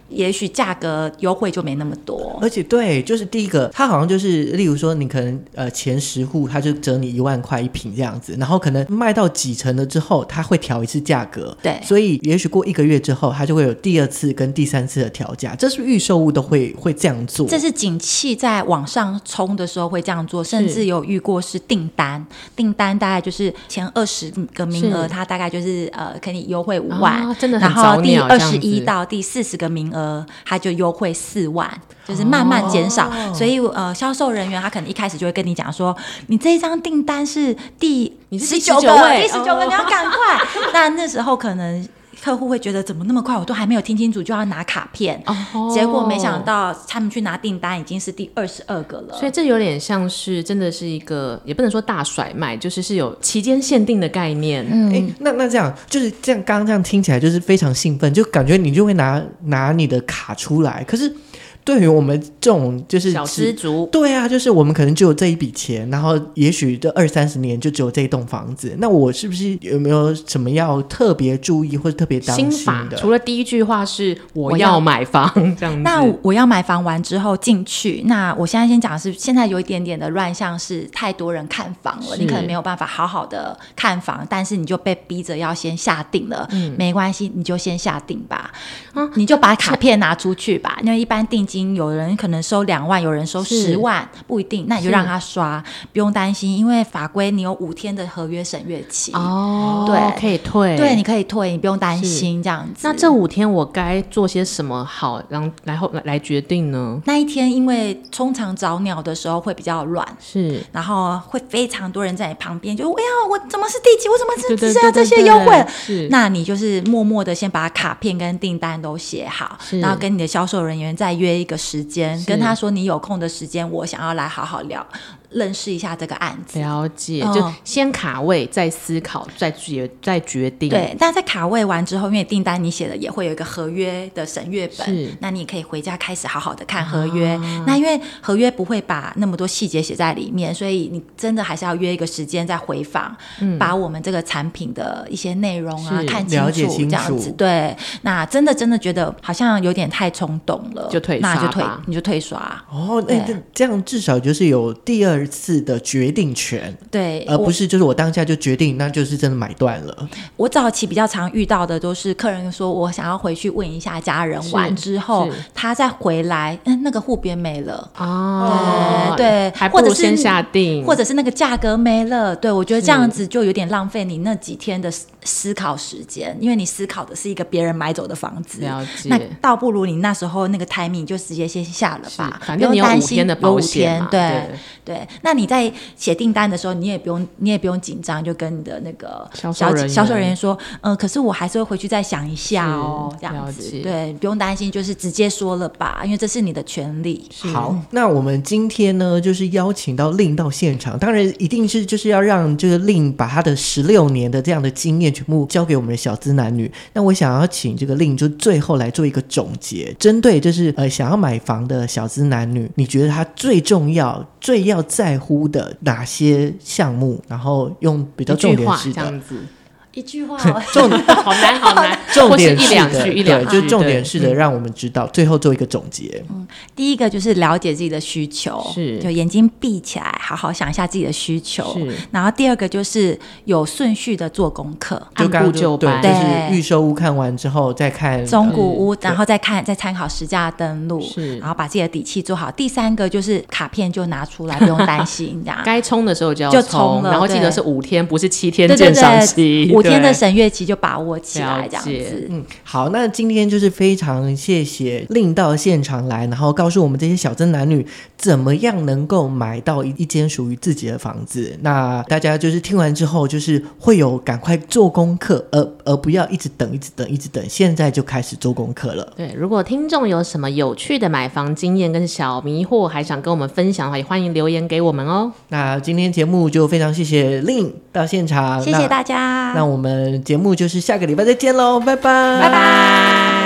也许价格优惠就没那么多。 而且对，就是第一个，它好像就是例如说你可能呃前十户它就折你一万块一瓶这样子，然后可能卖到几成了之后，它会调一次价格。 对， 所以也许过一个月之后，它就会有第二次跟第三次的调价。这是不是预售屋都会会这样做？ 这是景气在往上冲的时候会这样做，甚至有遇过是订单，订单大概就是前二十个名额，它大概就是呃可以优惠五万、 哦，真的很然后第二十一这样子到第四十个名额，它就优惠四万。就是慢慢减少、哦、所以呃，销售人员他可能一开始就会跟你讲说，你这一张订单是第十九个，第十九个你要赶快。那那时候可能客户会觉得怎么那么快，我都还没有听清楚就要拿卡片、哦、结果没想到他们去拿订单已经是第二十二个了。 所以这有点像是真的是一个，也不能说大甩卖，就是是有期间限定的概念。 嗯，欸、那那这样就是这样，刚刚这样听起来就是非常兴奋，就感觉你就会拿拿你的卡出来，可是对于我们这种就是小资族， 对啊，就是我们可能只有这一笔钱，然后也许这二三十年就只有这一栋房子，那我是不是有没有什么要特别注意或者特别当心的？ 心法除了第一句话是我要买房这样子， 那我要买房完之后进去，那我现在先讲的是现在有一点点的乱象，是太多人看房了，你可能没有办法好好的看房，但是你就被逼着要先下定了、嗯、没关系，你就先下定吧、啊、你就把卡片拿出去吧，因为一般定金有人可能收两万，有人收十万，不一定，那你就让他刷，不用担心，因为法规你有五天的合约审阅期哦， 对， 可以退， 对，你可以退，你不用担心这样子。 那这五天我该做些什么好，让来后 来, 来决定呢？ 那一天因为通常早鸟的时候会比较乱， 是， 然后会非常多人在你旁边，就哎呀，我怎么是第几？我怎么只是要这些优惠？ 是， 那你就是默默的先把卡片跟订单都写好，然后跟你的销售人员再约一个时间，跟他说你有空的时间，我想要来好好聊。认识一下这个案子， 了解、嗯、就先卡位再思考再决再决定。 对，但在卡位完之后，因为订单你写的也会有一个合约的审阅本，那你也可以回家开始好好的看合约、啊、那因为合约不会把那么多细节写在里面，所以你真的还是要约一个时间再回访、嗯、把我们这个产品的一些内容啊看清楚， 了解清楚这样子。对，那真的真的觉得好像有点太冲动了， 就退刷吧， 那就退你就退刷哦。那这样至少就是有第二次的决定权， 对， 而不是就是我当下就决定，那就是真的买断了。 我早期比较常遇到的都是客人说我想要回去问一下家人，完之后他再回来，嗯，那个户别没了哦， 对对， 还不如先下定， 或者是那个价格没了，对，我觉得这样子就有点浪费你那几天的思考时间，因为你思考的是一个别人买走的房子， 了解， 那倒不如你那时候那个 timing 就直接先下了吧， 反正你有五天的保险嘛， 对 对, 对，那你在写订单的时候，你也不用你也不用紧张，就跟你的那个销售人员销售人员说，呃，可是我还是会回去再想一下哦，这样子，对，不用担心，就是直接说了吧，因为这是你的权利。 好，那我们今天呢，就是邀请到令到现场，当然一定是就是要让这个令把他的十六年的这样的经验全部交给我们的小资男女。那我想要请这个令就最后来做一个总结，针对就是呃想要买房的小资男女，你觉得他最重要、最要在乎的哪些项目？然后用比较重点式的这样子。 一句话重好难好难， 重点式的一两句一两句， 对，就重点式的让我们知道、嗯、最后做一个总结、 嗯、第一个就是了解自己的需求， 是就眼睛闭起来好好想一下自己的需求，是。然后第二个就是有顺序的做功课， 就按部就班， 对，就是预售屋看完之后再看中古屋、嗯、然后再看再参考实价登录，是。然后把自己的底气做好。第三个就是卡片就拿出来，不用担心这样该冲的时候就要就冲了， 然后记得是五天不是七天鉴赏期， 五天的审阅期就把握起来，这样子。 嗯，好，那今天就是非常谢谢令到现场来，然后告诉我们这些小资男女怎么样能够买到一一间属于自己的房子。那大家就是听完之后，就是会有赶快做功课，而而不要一直等，一直等，一直等，现在就开始做功课了。 对，如果听众有什么有趣的买房经验跟小迷惑，还想跟我们分享的话，也欢迎留言给我们哦。 那今天节目就非常谢谢令到现场， 谢谢大家。 那, 那我们节目就是下个礼拜再见喽，拜拜， 拜拜。